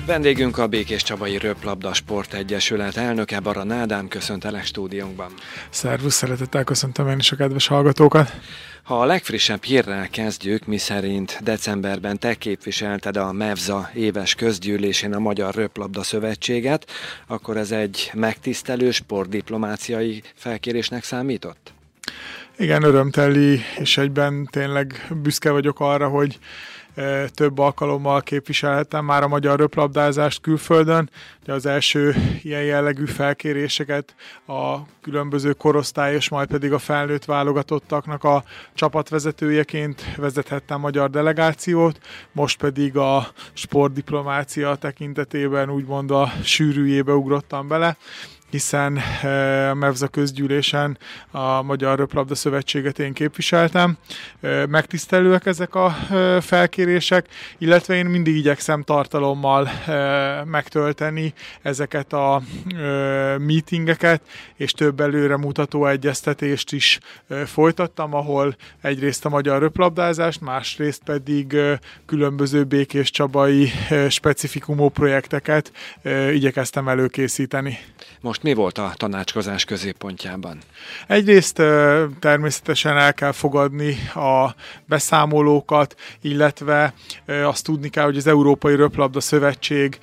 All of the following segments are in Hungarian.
Vendégünk a Békés Csabai Röplabda Sportegyesület elnöke, Baran Ádám, köszöntelek stúdiónkban. Szervusz, szeretettel köszöntöm én is a kedves hallgatókat. Ha a legfrissebb hírrel kezdjük, miszerint decemberben te képviselted a MEVZA éves közgyűlésén a Magyar Röplabda Szövetséget, akkor ez egy megtisztelő sportdiplomáciai felkérésnek számított? Igen, örömteli, és egyben tényleg büszke vagyok arra, hogy több alkalommal képviselhettem már a magyar röplabdázást külföldön. De az első ilyen jellegű felkéréseket a különböző korosztályos, majd pedig a felnőtt válogatottaknak a csapatvezetőjeként vezethettem magyar delegációt, most pedig a sportdiplomácia tekintetében úgymond a sűrűjébe ugrottam bele, hiszen a MEVZA közgyűlésen a Magyar Röplabda Szövetséget én képviseltem. Megtisztelőek ezek a felkérések, illetve én mindig igyekszem tartalommal megtölteni ezeket a meetingeket, és több előremutató egyeztetést is folytattam, ahol egyrészt a magyar röplabdázást, másrészt pedig különböző békéscsabai specifikumú projekteket igyekeztem előkészíteni. Most mi volt a tanácskozás középpontjában? Egyrészt természetesen el kell fogadni a beszámolókat, illetve azt tudni kell, hogy az Európai Röplabda Szövetség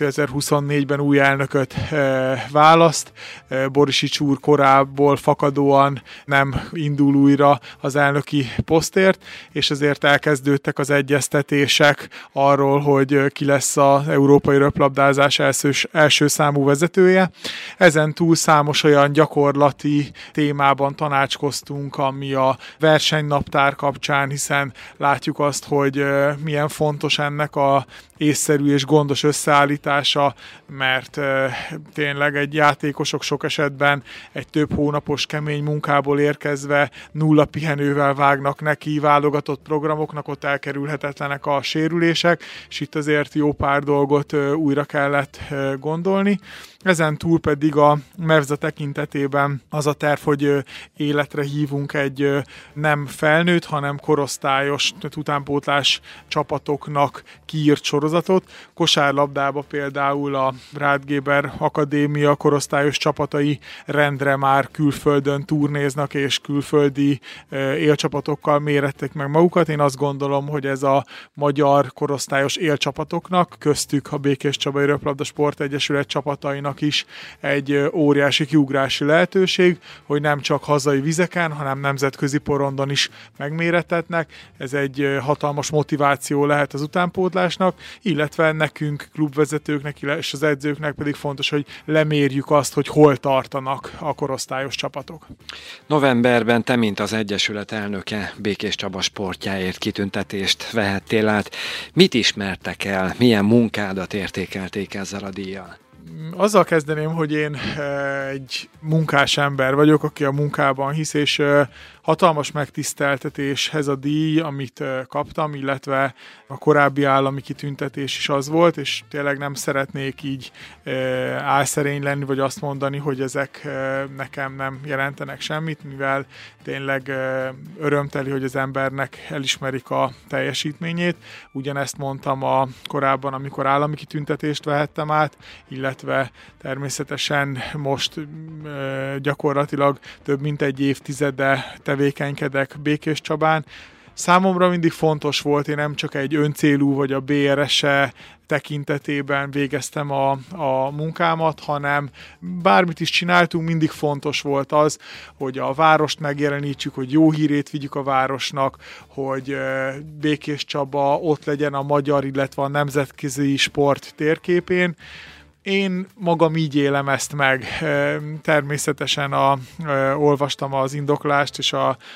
2024-ben új elnököt választ. Borisics úr korából fakadóan nem indul újra az elnöki posztért, és ezért elkezdődtek az egyeztetések arról, hogy ki lesz az európai röplabdázás első számú vezetője. Ezen túl számos olyan gyakorlati témában tanácskoztunk, ami a versenynaptár kapcsán, hiszen látjuk azt, hogy milyen fontos ennek a észszerű és gondos összeállítása, mert tényleg egy játékosok sok esetben egy több hónapos kemény munkából érkezve nulla pihenővel vágnak neki válogatott programoknak, ott elkerülhetetlenek a sérülések, és itt azért jó pár dolgot újra kellett gondolni. Ezen túl pedig a MEVZA tekintetében az a terv, hogy életre hívunk egy nem felnőtt, hanem korosztályos utánpótlás csapatoknak kiírt sorozatot. Kosárlabdába például a Rath Géber Akadémia korosztályos csapatai rendre már külföldön turnéznak, és külföldi élcsapatokkal mérettek meg magukat. Én azt gondolom, hogy ez a magyar korosztályos élcsapatoknak, köztük a Békés Csabai Röplabda Sportegyesület csapatainak is egy óriási kiugrási lehetőség, hogy nem csak hazai vizeken, hanem nemzetközi porondon is megmérettetnek. Ez egy hatalmas motiváció lehet az utánpótlásnak, illetve nekünk, klubvezetőknek és az edzőknek pedig fontos, hogy lemérjük azt, hogy hol tartanak a korosztályos csapatok. Novemberben te, mint az Egyesület elnöke, Békés Csaba sportjáért kitüntetést vehettél át. Mit ismertek el? Milyen munkádat értékelték ezzel a díjjal? Azzal kezdeném, hogy én egy munkás ember vagyok, aki a munkában hisz, és hatalmas megtiszteltetés ez a díj, amit kaptam, illetve a korábbi állami kitüntetés is az volt, és tényleg nem szeretnék így álszerény lenni, vagy azt mondani, hogy ezek nekem nem jelentenek semmit, mivel tényleg örömteli, hogy az embernek elismerik a teljesítményét. Ugyanezt mondtam korábban, amikor állami kitüntetést vehettem át, illetve természetesen most gyakorlatilag több mint egy évtizede tevékenykedek Békés Csabán. Számomra mindig fontos volt, én nem csak egy öncélú vagy a BRS-e tekintetében végeztem a munkámat, hanem bármit is csináltunk, mindig fontos volt az, hogy a várost megjelenítsük, hogy jó hírét vigyük a városnak, hogy Békés Csaba ott legyen a magyar, illetve a nemzetközi sport térképén. Én magam így élem ezt meg. Természetesen olvastam az indoklást és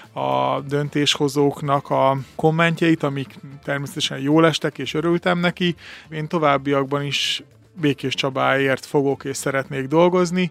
a döntéshozóknak a kommentjeit, amik természetesen jól estek, és örültem neki. Én továbbiakban is Békés Csabáért fogok és szeretnék dolgozni,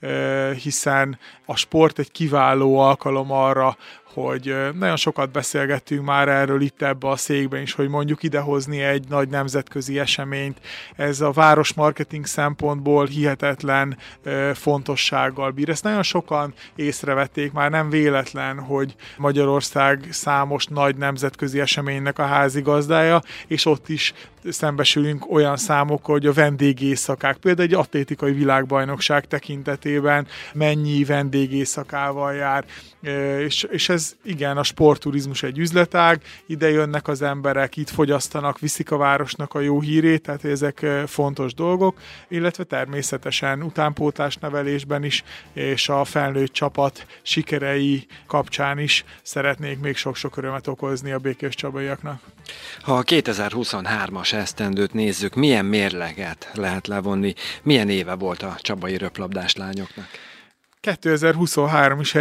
hiszen a sport egy kiváló alkalom arra, hogy nagyon sokat beszélgettünk már erről itt ebbe a székben is, hogy mondjuk idehozni egy nagy nemzetközi eseményt. Ez a város marketing szempontból hihetetlen fontossággal bír. Ezt nagyon sokan észrevették, már nem véletlen, hogy Magyarország számos nagy nemzetközi eseménynek a házigazdája, és ott is szembesülünk olyan számokkal, hogy a vendégészakák, például egy atlétikai világbajnokság tekintetében mennyi vendégészakával jár, és ez igen, a sportturizmus egy üzletág, ide jönnek az emberek, itt fogyasztanak, viszik a városnak a jó hírét, tehát ezek fontos dolgok, illetve természetesen utánpótlásnevelésben is, és a felnőtt csapat sikerei kapcsán is szeretnék még sok-sok örömet okozni a békéscsabaiaknak. Ha a 2023-as esztendőt nézzük, milyen mérleget lehet levonni, milyen éve volt a csabai röplabdás lányoknak? 2023 is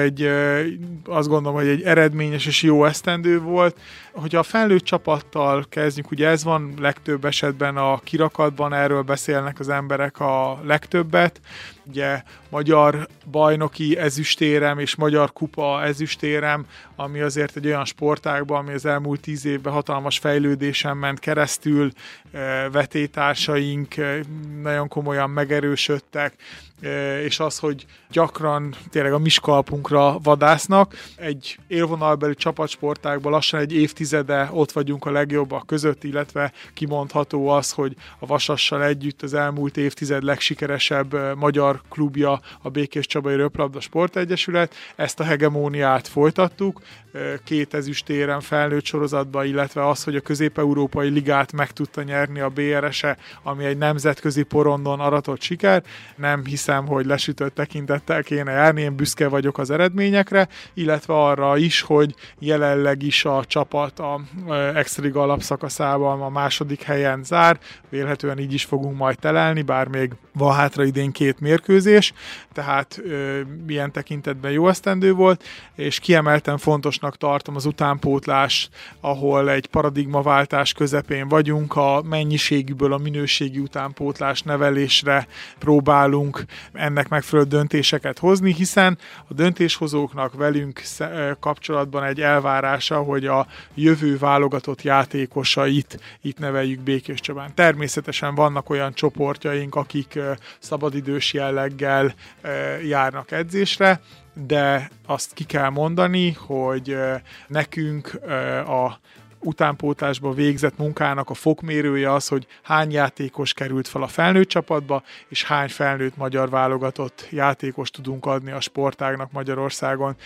azt gondolom, hogy egy eredményes és jó esztendő volt. Hogyha a felnőtt csapattal kezdjük, ugye ez van legtöbb esetben a kirakatban, erről beszélnek az emberek a legtöbbet. Ugye magyar bajnoki ezüstérem és magyar kupa ezüstérem, ami azért egy olyan sportágban, ami az elmúlt 10 évben hatalmas fejlődésen ment keresztül, vetétársaink nagyon komolyan megerősödtek, és az, hogy gyakran tényleg a miskalpunkra vadásznak. Egy élvonalbeli csapatsportágban lassan egy évtizede ott vagyunk a legjobbak között, illetve kimondható az, hogy a Vasassal együtt az elmúlt évtized legsikeresebb magyar klubja a Békéscsabai Röplabda Sportegyesület. Ezt a hegemóniát folytattuk, 2 ezüstérem felnőtt sorozatban, illetve az, hogy a közép-európai ligát meg tudta nyerni a BRS-e, ami egy nemzetközi porondon aratott siker. Nem hiszem, hogy lesütött tekintettel kéne járni, én büszke vagyok az eredményekre, illetve arra is, hogy jelenleg is a csapat a Extraliga alapszakaszában a második helyen zár, vélhetően így is fogunk majd telelni, bár még van hátra idén 2 mérkőzés, tehát ilyen tekintetben jó esztendő volt, és kiemelten fontosnak tartom az utánpótlás, ahol egy paradigmaváltás közepén vagyunk, a mennyiségűből a minőségi utánpótlás nevelésre próbálunk ennek megfelelő döntéseket hozni, hiszen a döntéshozóknak velünk kapcsolatban egy elvárása, hogy a jövő válogatott játékosait itt neveljük Békéscsabán. Természetesen vannak olyan csoportjaink, akik szabadidős jelleggel járnak edzésre, de azt ki kell mondani, hogy nekünk a utánpótlásba végzett munkának a fokmérője az, hogy hány játékos került fel a felnőtt csapatba, és hány felnőtt magyar válogatott játékos tudunk adni a sportágnak Magyarországon.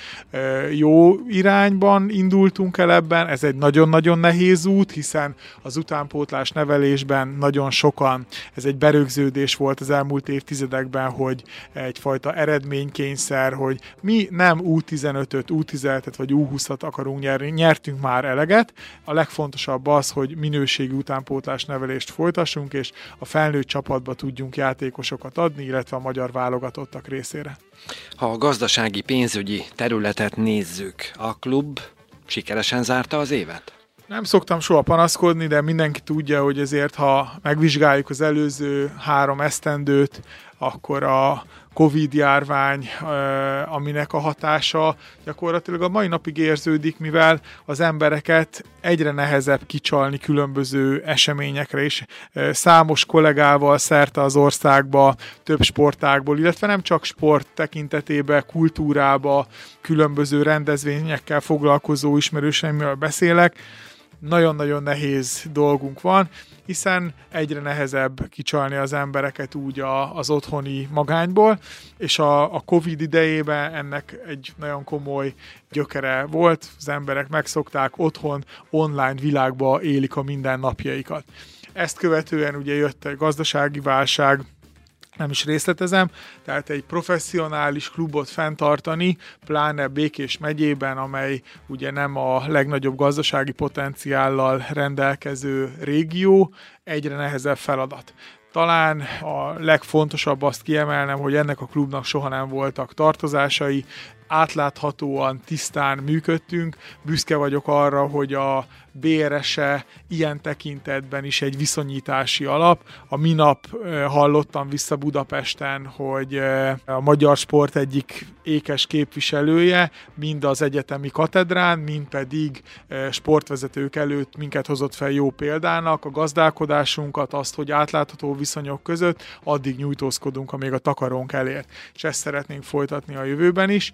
Jó irányban indultunk el ebben, ez egy nagyon-nagyon nehéz út, hiszen az utánpótlás nevelésben nagyon sokan, ez egy berögződés volt az elmúlt évtizedekben, hogy egyfajta eredménykényszer, hogy mi nem U15-öt, U17-et vagy U20-at akarunk nyerni, nyertünk már eleget. A legfontosabb az, hogy minőségi utánpótlás nevelést folytassunk, és a felnőtt csapatba tudjunk játékosokat adni, illetve a magyar válogatottak részére. Ha a gazdasági pénzügyi területet nézzük, a klub sikeresen zárta az évet? Nem szoktam soha panaszkodni, de mindenki tudja, hogy ezért, ha megvizsgáljuk az előző 3 esztendőt, akkor a Covid-járvány, aminek a hatása gyakorlatilag a mai napig érződik, mivel az embereket egyre nehezebb kicsalni különböző eseményekre is. Számos kollégával szerte az országba, több sportágból, illetve nem csak sport tekintetében, kultúrába, különböző rendezvényekkel foglalkozó ismerőseimmel beszélek. Nagyon-nagyon nehéz dolgunk van, hiszen egyre nehezebb kicsalni az embereket úgy az otthoni magányból, és a Covid idejében ennek egy nagyon komoly gyökere volt, az emberek megszokták, otthon, online világba élik a mindennapjaikat. Ezt követően ugye jött egy gazdasági válság, nem is részletezem, tehát egy professzionális klubot fenntartani, pláne Békés megyében, amely ugye nem a legnagyobb gazdasági potenciállal rendelkező régió, egyre nehezebb feladat. Talán a legfontosabb azt kiemelnem, hogy ennek a klubnak soha nem voltak tartozásai, átláthatóan, tisztán működtünk. Büszke vagyok arra, hogy a BRS-e ilyen tekintetben is egy viszonyítási alap. A minap hallottam vissza Budapesten, hogy a magyar sport egyik ékes képviselője, mind az egyetemi katedrán, mind pedig sportvezetők előtt minket hozott fel jó példának. A gazdálkodásunkat, azt, hogy átlátható viszonyok között addig nyújtózkodunk, amíg a takarónk elér. És ezt szeretnénk folytatni a jövőben is.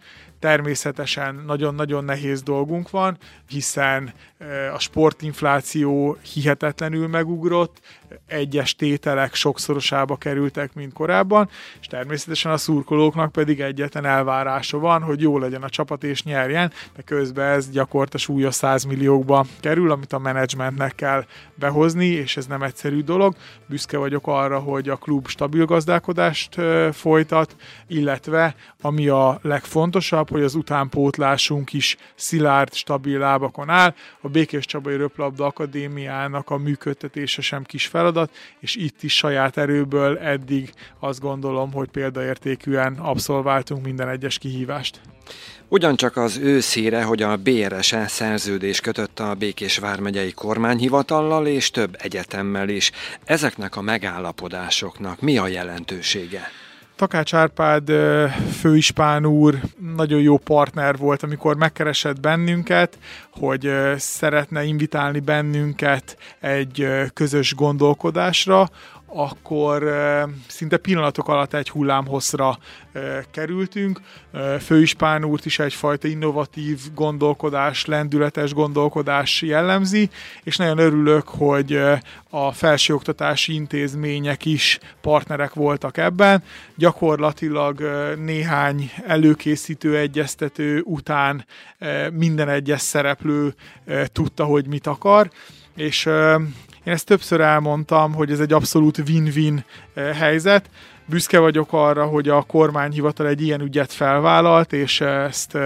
Természetesen nagyon-nagyon nehéz dolgunk van, hiszen a sportinfláció hihetetlenül megugrott, egyes tételek sokszorosába kerültek, mint korábban, és természetesen a szurkolóknak pedig egyetlen elvárása van, hogy jó legyen a csapat és nyerjen, de közben ez gyakorlatilag súlyos 100 milliókba kerül, amit a menedzsmentnek kell behozni, és ez nem egyszerű dolog. Büszke vagyok arra, hogy a klub stabil gazdálkodást folytat, illetve ami a legfontosabb, hogy az utánpótlásunk is szilárd, stabil lábakon áll. A Békéscsabai Röplabda Akadémiának a működtetése sem kis feladat, és itt is saját erőből eddig azt gondolom, hogy példaértékűen abszolváltunk minden egyes kihívást. Ugyancsak az őszére, hogy a BRS-e szerződés kötött a Békés vármegyei kormányhivatallal és több egyetemmel is. Ezeknek a megállapodásoknak mi a jelentősége? Takács Árpád főispán úr nagyon jó partner volt, amikor megkeresett bennünket, hogy szeretne invitálni bennünket egy közös gondolkodásra, akkor szinte pillanatok alatt egy hullámhosszra kerültünk. Főispán úrt is egyfajta innovatív gondolkodás, lendületes gondolkodás jellemzi, és nagyon örülök, hogy a felsőoktatási intézmények is partnerek voltak ebben. Gyakorlatilag néhány előkészítő, egyeztető után minden egyes szereplő tudta, hogy mit akar, és én ezt többször elmondtam, hogy ez egy abszolút win-win helyzet. Büszke vagyok arra, hogy a kormányhivatal egy ilyen ügyet felvállalt, és ezt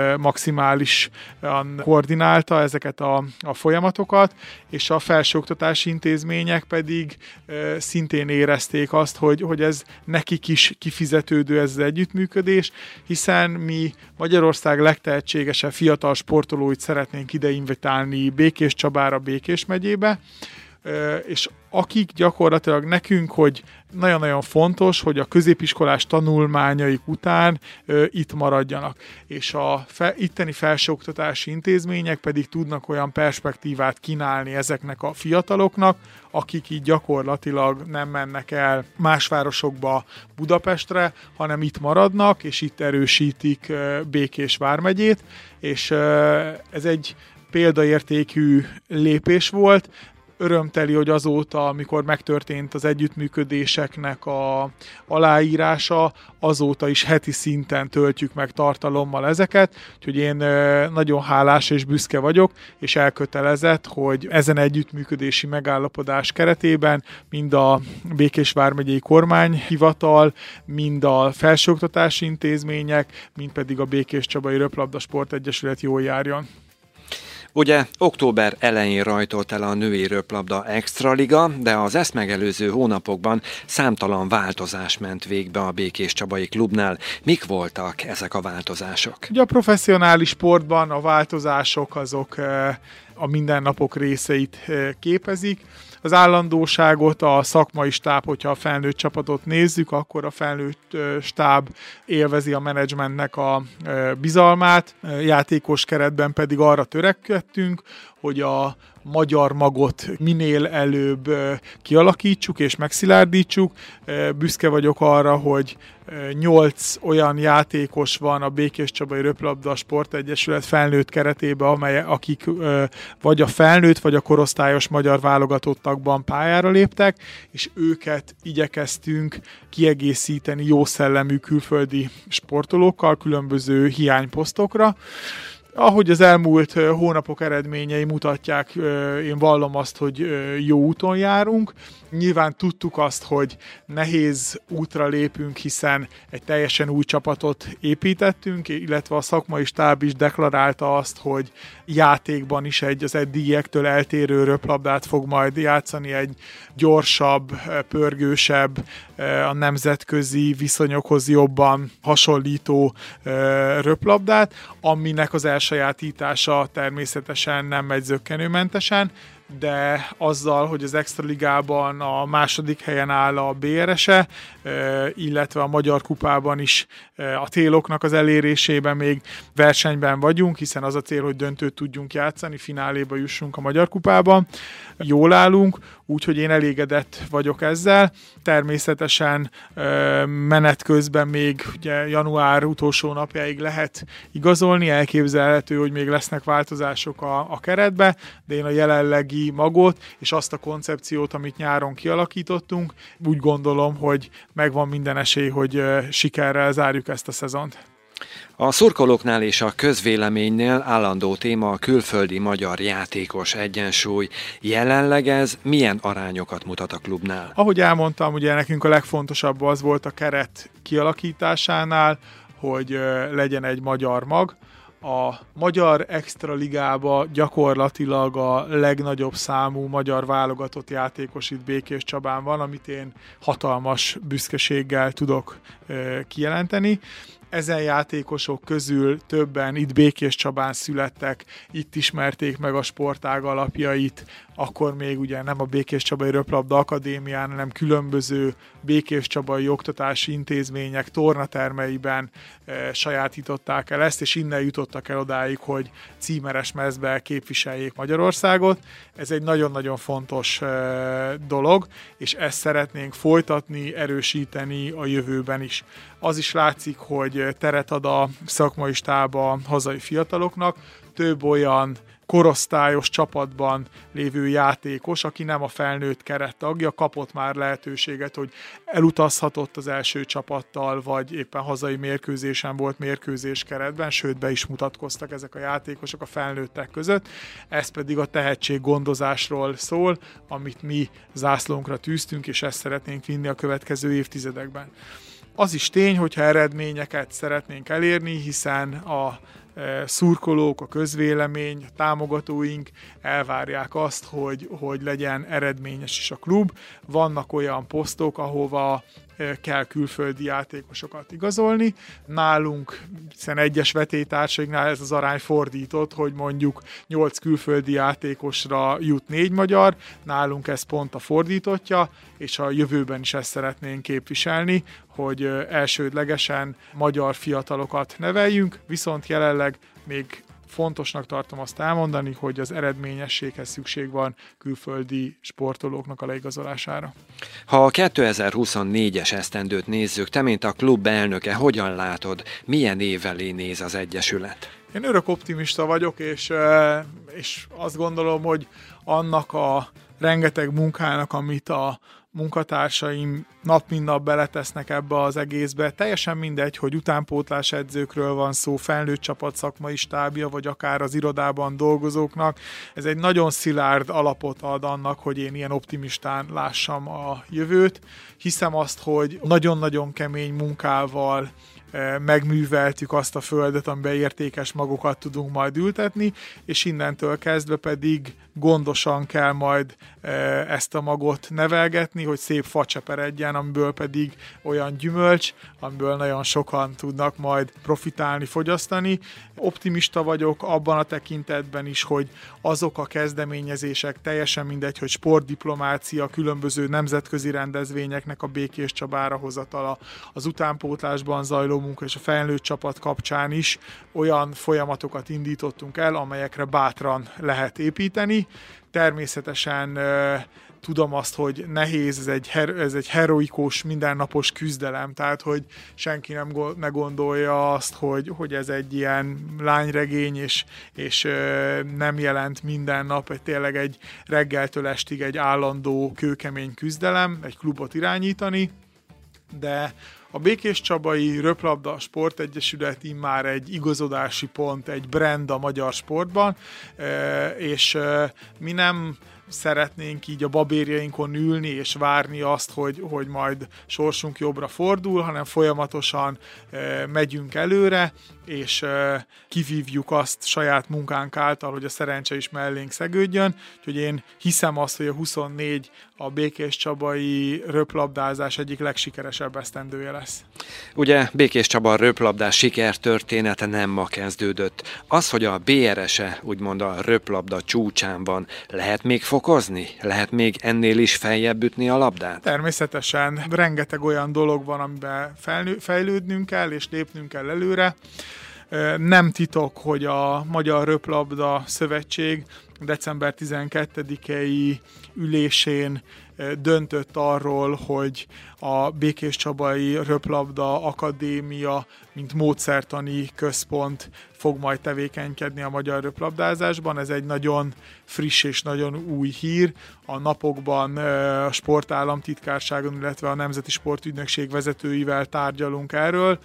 maximálisan koordinálta ezeket a folyamatokat, és a felsőoktatási intézmények pedig szintén érezték azt, hogy ez nekik is kifizetődő ez az együttműködés, hiszen mi Magyarország legtehetségesebb fiatal sportolóit szeretnénk ide invitálni Békéscsabára, Békés megyébe, és akik gyakorlatilag nekünk, hogy nagyon-nagyon fontos, hogy a középiskolás tanulmányaik után itt maradjanak. És a itteni felsőoktatási intézmények pedig tudnak olyan perspektívát kínálni ezeknek a fiataloknak, akik így gyakorlatilag nem mennek el más városokba Budapestre, hanem itt maradnak, és itt erősítik Békés vármegyét, és ez egy példaértékű lépés volt. Örömteli, hogy azóta, amikor megtörtént az együttműködéseknek a aláírása, azóta is heti szinten töltjük meg tartalommal ezeket, úgyhogy én nagyon hálás és büszke vagyok, és elkötelezett, hogy ezen együttműködési megállapodás keretében mind a Békés vármegyei kormányhivatal, mind a felsőoktatási intézmények, mind pedig a Békéscsabai Röplabda Sportegyesület jól járjon. Ugye október elején rajtolt el a női röplabda extraliga, de az ezt megelőző hónapokban számtalan változás ment végbe a Békéscsabai klubnál. Mik voltak ezek a változások? Ugye a professzionális sportban a változások azok a mindennapok részeit képezik. Az állandóságot a szakmai stáb, hogyha a felnőtt csapatot nézzük, akkor a felnőtt stáb élvezi a menedzsmentnek a bizalmát. Játékos keretben pedig arra törekedtünk, hogy a magyar magot minél előbb kialakítsuk és megszilárdítsuk. Büszke vagyok arra, hogy 8 olyan játékos van a Békéscsabai Röplabda Sportegyesület felnőtt keretében, akik vagy a felnőtt, vagy a korosztályos magyar válogatottakban pályára léptek, és őket igyekeztünk kiegészíteni jó szellemű külföldi sportolókkal különböző hiányposztokra. Ahogy az elmúlt hónapok eredményei mutatják, én vallom azt, hogy jó úton járunk. Nyilván tudtuk azt, hogy nehéz útra lépünk, hiszen egy teljesen új csapatot építettünk, illetve a szakmai stáb is deklarálta azt, hogy játékban is az eddigiektől eltérő röplabdát fog majd játszani, egy gyorsabb, pörgősebb, a nemzetközi viszonyokhoz jobban hasonlító röplabdát, aminek az elsajátítása természetesen nem megy zökkenőmentesen. de azzal, hogy az Extraligában a második helyen áll a BRS-e, illetve a Magyar Kupában is a céloknak az elérésében még versenyben vagyunk, hiszen az a cél, hogy döntőt tudjunk játszani, fináléba jussunk a Magyar Kupában. Jól állunk, úgyhogy én elégedett vagyok ezzel. Természetesen menet közben még ugye január utolsó napjáig lehet igazolni, elképzelhető, hogy még lesznek változások a keretbe, de én a jelenlegi magot és azt a koncepciót, amit nyáron kialakítottunk, úgy gondolom, hogy megvan minden esély, hogy sikerrel zárjuk ezt a szezont. A szurkolóknál és a közvéleménynél állandó téma a külföldi magyar játékos egyensúly. Jelenleg ez milyen arányokat mutat a klubnál? Ahogy elmondtam, ugye nekünk a legfontosabb az volt a keret kialakításánál, hogy legyen egy magyar mag. A magyar extraligába gyakorlatilag a legnagyobb számú magyar válogatott játékos itt Békés Csabán van, amit én hatalmas büszkeséggel tudok kijelenteni. Ezen játékosok közül többen itt Békés Csabán születtek, itt ismerték meg a sportág alapjait, akkor még ugye nem a Békés Csabai Röplabda Akadémián, hanem különböző Békés Csabai oktatási intézmények tornatermeiben sajátították el ezt, és innen jutottak el odáig, hogy címeres mezbe képviseljék Magyarországot. Ez egy nagyon-nagyon fontos dolog, és ezt szeretnénk folytatni, erősíteni a jövőben is. Az is látszik, hogy teret ad a szakmai stáb a hazai fiataloknak, több olyan korosztályos csapatban lévő játékos, aki nem a felnőtt keret tagja, kapott már lehetőséget, hogy elutazhatott az első csapattal, vagy éppen hazai mérkőzésen volt mérkőzés keretben, sőt be is mutatkoztak ezek a játékosok a felnőttek között. Ez pedig a tehetséggondozásról szól, amit mi zászlónkra tűztünk, és ezt szeretnénk vinni a következő évtizedekben. Az is tény, hogyha eredményeket szeretnénk elérni, hiszen a szurkolók, a közvélemény, a támogatóink elvárják azt, hogy legyen eredményes is a klub. Vannak olyan posztok, ahova kell külföldi játékosokat igazolni. Nálunk, hiszen egyes vetélytársainknál ez az arány fordított, hogy mondjuk 8 külföldi játékosra jut 4 magyar, nálunk ez pont a fordítottja, és a jövőben is ezt szeretnénk képviselni, hogy elsődlegesen magyar fiatalokat neveljünk, viszont jelenleg még fontosnak tartom azt elmondani, hogy az eredményességhez szükség van külföldi sportolóknak a leigazolására. Ha a 2024-es esztendőt nézzük, te mint a klub elnöke, hogyan látod, milyen év elé néz az Egyesület? Én örök optimista vagyok, és azt gondolom, hogy annak a rengeteg munkának, amit a munkatársaim nap mint nap beletesznek ebbe az egészbe. Teljesen mindegy, hogy utánpótlás edzőkről van szó, felnőtt csapat szakmai stábja, vagy akár az irodában dolgozóknak. Ez egy nagyon szilárd alapot ad annak, hogy én ilyen optimistán lássam a jövőt. Hiszem azt, hogy nagyon-nagyon kemény munkával megműveltük azt a földet, amiben értékes magokat tudunk majd ültetni, és innentől kezdve pedig gondosan kell majd ezt a magot nevelgetni, hogy szép fa cseperedjen, amiből pedig olyan gyümölcs, amiből nagyon sokan tudnak majd profitálni, fogyasztani. Optimista vagyok abban a tekintetben is, hogy azok a kezdeményezések, teljesen mindegy, hogy sportdiplomácia, különböző nemzetközi rendezvényeknek a Békés Csabára hozatala, az utánpótlásban zajló munka és a felnőtt csapat kapcsán is olyan folyamatokat indítottunk el, amelyekre bátran lehet építeni. Természetesen tudom azt, hogy nehéz, ez egy heroikus, mindennapos küzdelem, tehát hogy senki ne gondolja azt, hogy ez egy ilyen lányregény, és nem jelent minden nap, tényleg egy reggeltől estig egy állandó, kőkemény küzdelem, egy klubot irányítani, de a Békés Csabai Röplabda Sportegyesület immár egy igazodási pont, egy brand a magyar sportban, és mi nem szeretnénk így a babérjainkon ülni és várni azt, hogy majd sorsunk jobbra fordul, hanem folyamatosan megyünk előre, és kivívjuk azt saját munkánk által, hogy a szerencse is mellénk szegődjön. Úgyhogy én hiszem azt, hogy a 24 a Békés Csabai röplabdázás egyik legsikeresebb esztendője lesz. lesz. Ugye Békés Csaba röplabdás sikertörténete nem ma kezdődött. Az, hogy a BRS-e úgymond a röplabda csúcsán van, lehet még fokozni? Lehet még ennél is feljebb ütni a labdát? Természetesen rengeteg olyan dolog van, amiben fejlődnünk kell és lépnünk kell előre. Nem titok, hogy a Magyar Röplabda Szövetség december 12-i ülésén döntött arról, hogy a Békéscsabai Röplabda Akadémia, mint módszertani központ fog majd tevékenykedni a magyar röplabdázásban. Ez egy nagyon friss és nagyon új hír. A napokban a Sportállamtitkárságon, illetve a Nemzeti Sportügynökség vezetőivel tárgyalunk erről.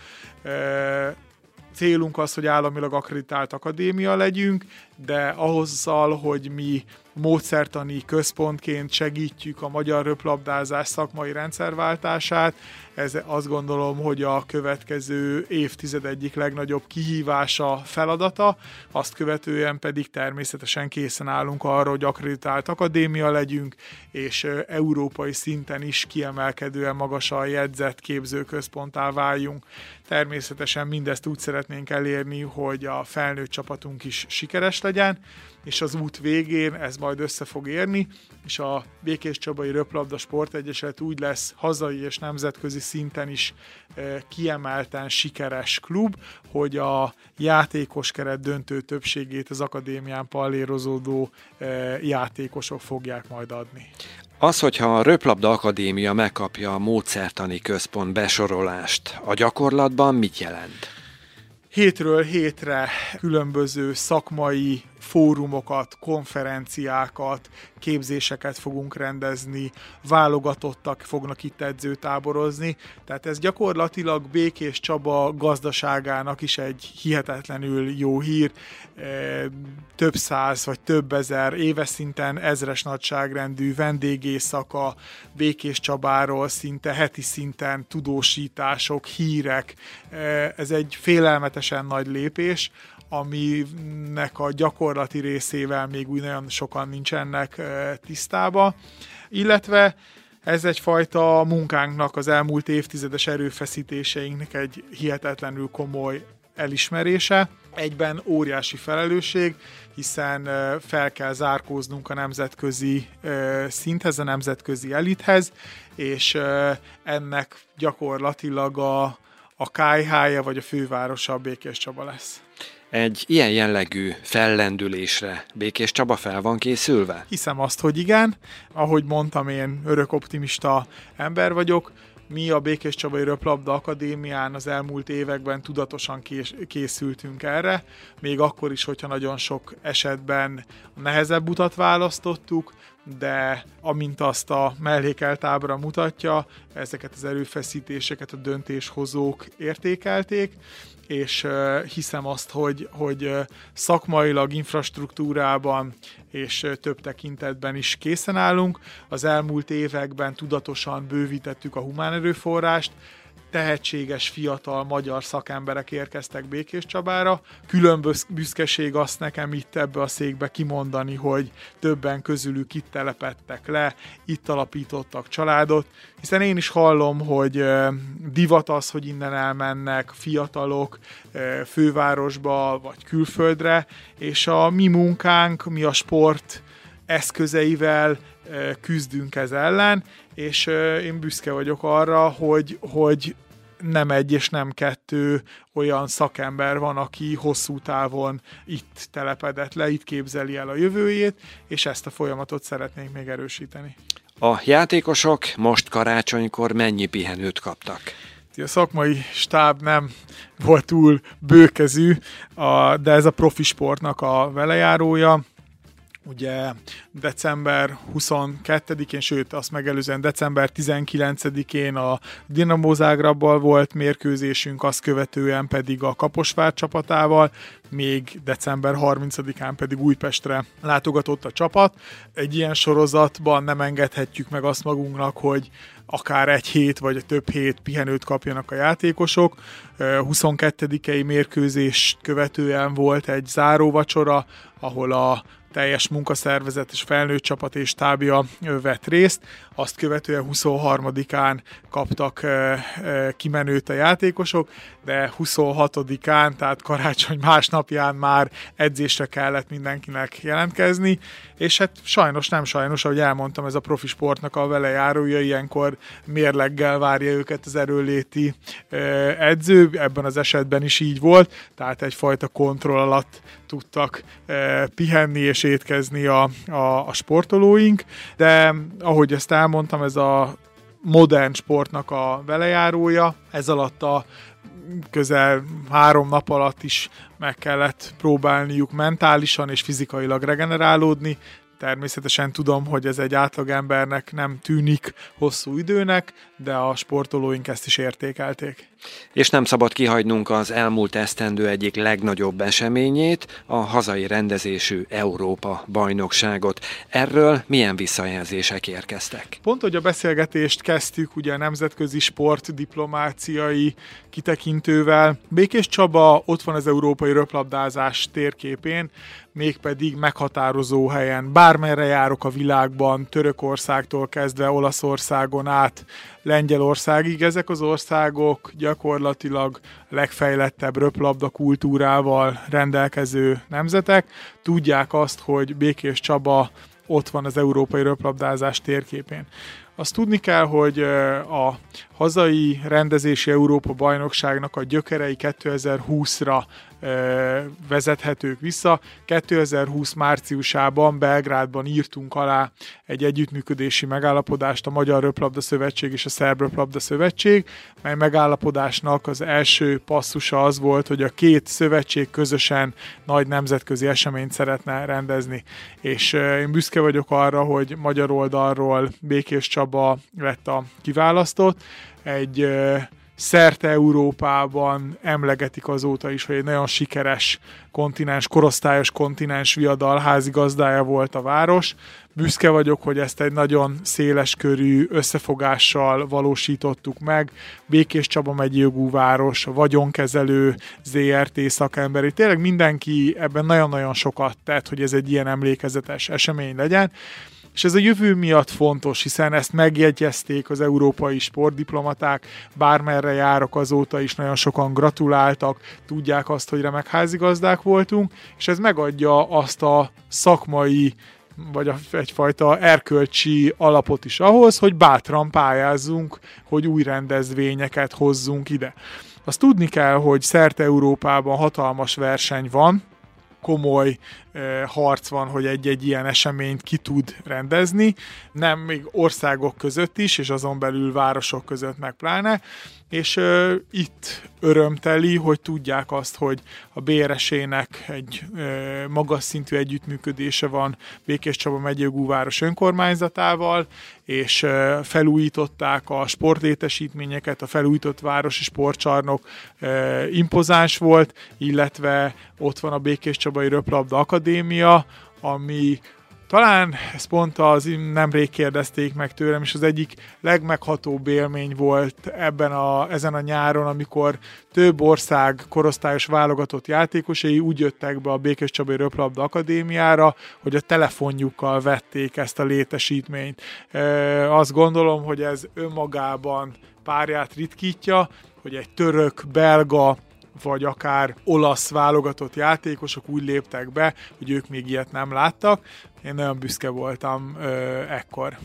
Célunk az, hogy államilag akkreditált akadémia legyünk, de azzal, hogy mi módszertani központként segítjük a magyar röplabdázás szakmai rendszerváltását, ez azt gondolom, hogy a következő évtized egyik legnagyobb kihívása, feladata, azt követően pedig természetesen készen állunk arra, hogy akkreditált akadémia legyünk, és európai szinten is kiemelkedően magasan jegyzett képzőközponttá váljunk. Természetesen mindezt úgy szeretnénk elérni, hogy a felnőtt csapatunk is sikeres legyen, és az út végén ez majd össze fog érni, és a Békéscsabai Röplabda Sportegyesület úgy lesz hazai és nemzetközi szinten is kiemelten sikeres klub, hogy a játékos keret döntő többségét az akadémián pallérozódó játékosok fogják majd adni. Az, hogyha a Röplabda Akadémia megkapja a módszertani központ besorolást, a gyakorlatban mit jelent? Hétről hétre különböző szakmai fórumokat, konferenciákat, képzéseket fogunk rendezni, válogatottak fognak itt edzőtáborozni, tehát ez gyakorlatilag Békés Csaba gazdaságának is egy hihetetlenül jó hír, több száz vagy több ezer, éves szinten ezres nagyságrendű vendégészaka Békés Csabáról, szinte heti szinten tudósítások, hírek, ez egy félelmetesen nagy lépés, aminek a gyakorlati részével még úgy nagyon sokan nincsenek tisztába, illetve ez egyfajta munkánknak, az elmúlt évtizedes erőfeszítéseinknek egy hihetetlenül komoly elismerése, egyben óriási felelősség, hiszen fel kell zárkóznunk a nemzetközi szinthez, a nemzetközi elithez, és ennek gyakorlatilag a kályhája vagy a fővárosa Békés Csaba lesz. Egy ilyen jellegű fellendülésre Békés Csaba fel van készülve? Hiszem azt, hogy igen. Ahogy mondtam, én örök optimista ember vagyok. Mi a Békés Csabai Röplabda Akadémián az elmúlt években tudatosan készültünk erre, még akkor is, hogyha nagyon sok esetben a nehezebb utat választottuk, de amint azt a mellékelt ábra mutatja, ezeket az erőfeszítéseket a döntéshozók értékelték, és hiszem azt, hogy szakmailag, infrastruktúrában és több tekintetben is készen állunk. Az elmúlt években tudatosan bővítettük a humán erőforrást, tehetséges, fiatal magyar szakemberek érkeztek Békés Csabára. Külön büszkeség azt nekem itt ebbe a székbe kimondani, hogy többen közülük itt telepedtek le, itt alapítottak családot, hiszen én is hallom, hogy divat az, hogy innen elmennek fiatalok fővárosba vagy külföldre, és a mi munkánk, mi a sport eszközeivel küzdünk ez ellen, és én büszke vagyok arra, hogy nem egy és nem kettő olyan szakember van, aki hosszú távon itt telepedett le, itt képzeli el a jövőjét, és ezt a folyamatot szeretnénk még erősíteni. A játékosok most karácsonykor mennyi pihenőt kaptak? A szakmai stáb nem volt túl bőkezű, de ez a profi sportnak a velejárója. Ugye december 22-én, sőt azt megelőzően december 19-én a Dinamo Zágrabbal volt mérkőzésünk, azt követően pedig a Kaposvár csapatával, még december 30-án pedig Újpestre látogatott a csapat. Egy ilyen sorozatban nem engedhetjük meg azt magunknak, hogy akár egy hét vagy több hét pihenőt kapjanak a játékosok. 22-i mérkőzés követően volt egy záróvacsora, ahol a teljes munkaszervezet és felnőtt csapat és stábja vett részt. Azt követően 23-án kaptak kimenőt a játékosok, de 26-án, tehát karácsony másnapján már edzésre kellett mindenkinek jelentkezni, és hát sajnos, nem sajnos, ahogy elmondtam, ez a profi sportnak a velejárója, ilyenkor mérleggel várja őket az erőnléti edző, ebben az esetben is így volt, tehát egyfajta kontroll alatt tudtak pihenni és étkezni a sportolóink, de ahogy ezt elmondtam, ez a modern sportnak a velejárója, ez alatt a közel 3 nap alatt is meg kellett próbálniuk mentálisan és fizikailag regenerálódni. Természetesen tudom, hogy ez egy átlagembernek nem tűnik hosszú időnek, de a sportolóink ezt is értékelték. És nem szabad kihagynunk az elmúlt esztendő egyik legnagyobb eseményét, a hazai rendezésű Európa-bajnokságot. Erről milyen visszajelzések érkeztek? Pont, hogy a beszélgetést kezdtük ugye a nemzetközi sportdiplomáciai kitekintővel. Békés Csaba ott van az európai röplabdázás térképén, mégpedig meghatározó helyen. Bármerre járok a világban, Törökországtól kezdve Olaszországon át Lengyelországig, ezek az országok gyakorlatilag legfejlettebb röplabda kultúrával rendelkező nemzetek. Tudják azt, hogy Békés Csaba ott van az európai röplabdázás térképén. Azt tudni kell, hogy a hazai rendezési Európa-bajnokságnak a gyökerei 2020-ra vezethetők vissza. 2020 márciusában Belgrádban írtunk alá egy együttműködési megállapodást a Magyar Röplabda Szövetség és a Szerb Röplabda Szövetség, mely megállapodásnak az első passzusa az volt, hogy a két szövetség közösen nagy nemzetközi eseményt szeretne rendezni. És én büszke vagyok arra, hogy magyar oldalról Békés Csaba lett a kiválasztott. Egy szerte Európában emlegetik azóta is, hogy egy nagyon sikeres kontinens, korosztályos kontinens viadal házigazdája volt a város. Büszke vagyok, hogy ezt egy nagyon széleskörű összefogással valósítottuk meg. Békés Csaba megyei jogú város, a vagyonkezelő ZRT szakemberi. Tényleg mindenki ebben nagyon-nagyon sokat tett, hogy ez egy ilyen emlékezetes esemény legyen. És ez a jövő miatt fontos, hiszen ezt megjegyezték az európai sportdiplomaták, bármerre járok azóta is nagyon sokan gratuláltak, tudják azt, hogy remek házigazdák voltunk, és ez megadja azt a szakmai vagy egyfajta erkölcsi alapot is ahhoz, hogy bátran pályázzunk, hogy új rendezvényeket hozzunk ide. Azt tudni kell, hogy szerte Európában hatalmas verseny van, komoly harc van, hogy egy-egy ilyen eseményt ki tud rendezni, nem még országok között is, és azon belül városok között meg pláne, és itt örömteli, hogy tudják azt, hogy a BRS-ének egy magas szintű együttműködése van Békés Csaba megyei jogú város önkormányzatával, és felújították a sportlétesítményeket, a felújított városi sportcsarnok impozáns volt, illetve ott van a Békés Csabai Röplabda Akadémia, ami talán ezt pont nemrég kérdezték meg tőlem, és az egyik legmeghatóbb élmény volt ezen a nyáron, amikor több ország korosztályos válogatott játékosai úgy jöttek be a Békés Csabai Röplabda Akadémiára, hogy a telefonjukkal vették ezt a létesítményt. Azt gondolom, hogy ez önmagában párját ritkítja, hogy egy török, belga, vagy akár olasz válogatott játékosok úgy léptek be, hogy ők még ilyet nem láttak. Én nagyon büszke voltam ekkor.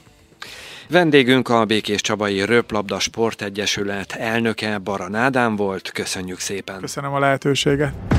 Vendégünk a Békés Csabai Röplabda Sportegyesület elnöke, Baran Ádám volt. Köszönjük szépen! Köszönöm a lehetőséget!